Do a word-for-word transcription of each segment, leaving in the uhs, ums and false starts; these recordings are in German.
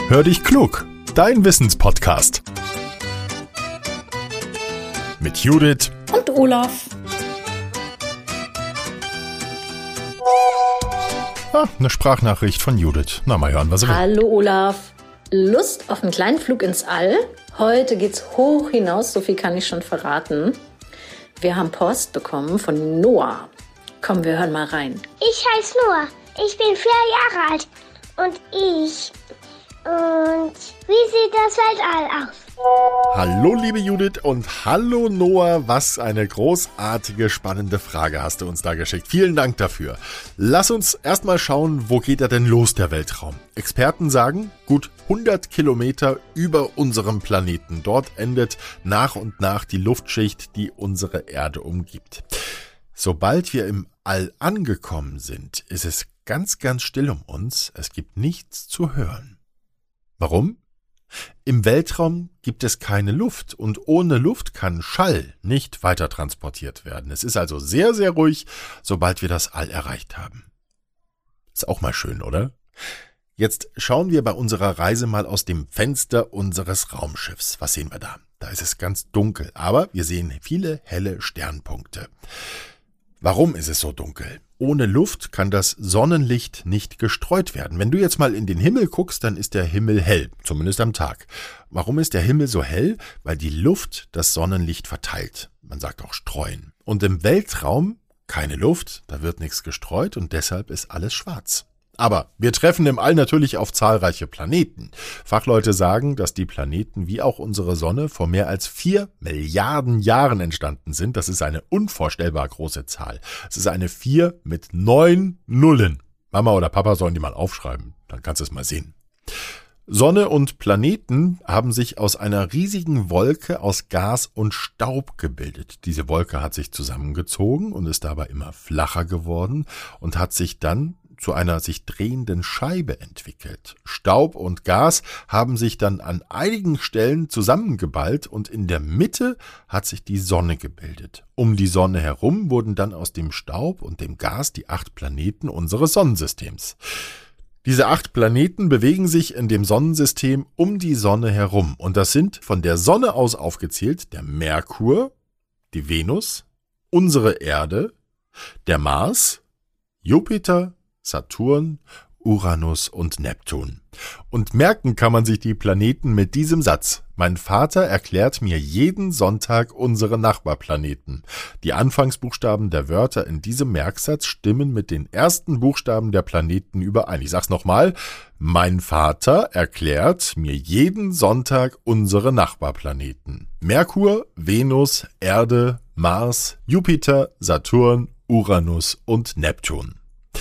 Hör dich klug, dein Wissenspodcast. Mit Judith und Olaf. Ah, eine Sprachnachricht von Judith. Na, mal hören, was er will. Hallo Olaf. Lust auf einen kleinen Flug ins All? Heute geht's hoch hinaus, so viel kann ich schon verraten. Wir haben Post bekommen von Noah. Komm, wir hören mal rein. Ich heiße Noah. Ich bin vier Jahre alt. Und ich... Und wie sieht das Weltall aus? Hallo liebe Judith und hallo Noah, was eine großartige, spannende Frage hast du uns da geschickt. Vielen Dank dafür. Lass uns erstmal schauen, wo geht er denn los, der Weltraum? Experten sagen, gut hundert Kilometer über unserem Planeten. Dort endet nach und nach die Luftschicht, die unsere Erde umgibt. Sobald wir im All angekommen sind, ist es ganz, ganz still um uns. Es gibt nichts zu hören. Warum? Im Weltraum gibt es keine Luft und ohne Luft kann Schall nicht weiter transportiert werden. Es ist also sehr, sehr ruhig, sobald wir das All erreicht haben. Ist auch mal schön, oder? Jetzt schauen wir bei unserer Reise mal aus dem Fenster unseres Raumschiffs. Was sehen wir da? Da ist es ganz dunkel, aber wir sehen viele helle Sternpunkte. Warum ist es so dunkel? Ohne Luft kann das Sonnenlicht nicht gestreut werden. Wenn du jetzt mal in den Himmel guckst, dann ist der Himmel hell, zumindest am Tag. Warum ist der Himmel so hell? Weil die Luft das Sonnenlicht verteilt. Man sagt auch streuen. Und im Weltraum keine Luft, da wird nichts gestreut und deshalb ist alles schwarz. Aber wir treffen im All natürlich auf zahlreiche Planeten. Fachleute sagen, dass die Planeten wie auch unsere Sonne vor mehr als vier Milliarden Jahren entstanden sind. Das ist eine unvorstellbar große Zahl. Es ist eine vier mit neun Nullen. Mama oder Papa sollen die mal aufschreiben, dann kannst du es mal sehen. Sonne und Planeten haben sich aus einer riesigen Wolke aus Gas und Staub gebildet. Diese Wolke hat sich zusammengezogen und ist dabei immer flacher geworden und hat sich dann zu einer sich drehenden Scheibe entwickelt. Staub und Gas haben sich dann an einigen Stellen zusammengeballt und in der Mitte hat sich die Sonne gebildet. Um die Sonne herum wurden dann aus dem Staub und dem Gas die acht Planeten unseres Sonnensystems. Diese acht Planeten bewegen sich in dem Sonnensystem um die Sonne herum und das sind von der Sonne aus aufgezählt der Merkur, die Venus, unsere Erde, der Mars, Jupiter, Saturn, Uranus und Neptun. Und merken kann man sich die Planeten mit diesem Satz. Mein Vater erklärt mir jeden Sonntag unsere Nachbarplaneten. Die Anfangsbuchstaben der Wörter in diesem Merksatz stimmen mit den ersten Buchstaben der Planeten überein. Ich sag's nochmal. Mein Vater erklärt mir jeden Sonntag unsere Nachbarplaneten. Merkur, Venus, Erde, Mars, Jupiter, Saturn, Uranus und Neptun.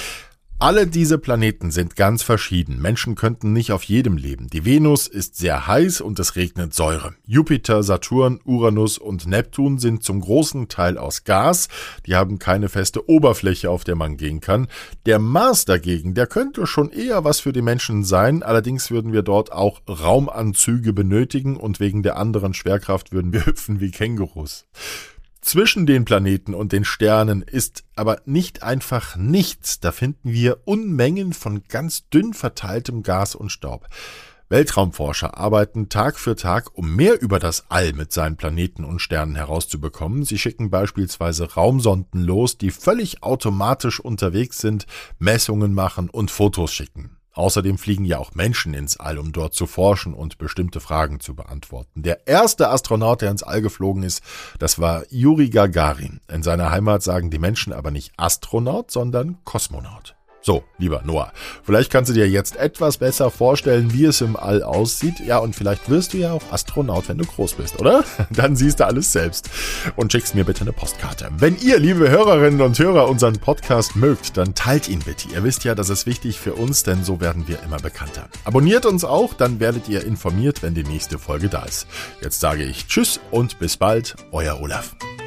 Alle diese Planeten sind ganz verschieden. Menschen könnten nicht auf jedem leben. Die Venus ist sehr heiß und es regnet Säure. Jupiter, Saturn, Uranus und Neptun sind zum großen Teil aus Gas. Die haben keine feste Oberfläche, auf der man gehen kann. Der Mars dagegen, der könnte schon eher was für die Menschen sein. Allerdings würden wir dort auch Raumanzüge benötigen und wegen der anderen Schwerkraft würden wir hüpfen wie Kängurus. Zwischen den Planeten und den Sternen ist aber nicht einfach nichts. Da finden wir Unmengen von ganz dünn verteiltem Gas und Staub. Weltraumforscher arbeiten Tag für Tag, um mehr über das All mit seinen Planeten und Sternen herauszubekommen. Sie schicken beispielsweise Raumsonden los, die völlig automatisch unterwegs sind, Messungen machen und Fotos schicken. Außerdem fliegen ja auch Menschen ins All, um dort zu forschen und bestimmte Fragen zu beantworten. Der erste Astronaut, der ins All geflogen ist, das war Juri Gagarin. In seiner Heimat sagen die Menschen aber nicht Astronaut, sondern Kosmonaut. So, lieber Noah, vielleicht kannst du dir jetzt etwas besser vorstellen, wie es im All aussieht. Ja, und vielleicht wirst du ja auch Astronaut, wenn du groß bist, oder? Dann siehst du alles selbst und schickst mir bitte eine Postkarte. Wenn ihr, liebe Hörerinnen und Hörer, unseren Podcast mögt, dann teilt ihn bitte. Ihr wisst ja, das ist wichtig für uns, denn so werden wir immer bekannter. Abonniert uns auch, dann werdet ihr informiert, wenn die nächste Folge da ist. Jetzt sage ich Tschüss und bis bald, euer Olaf.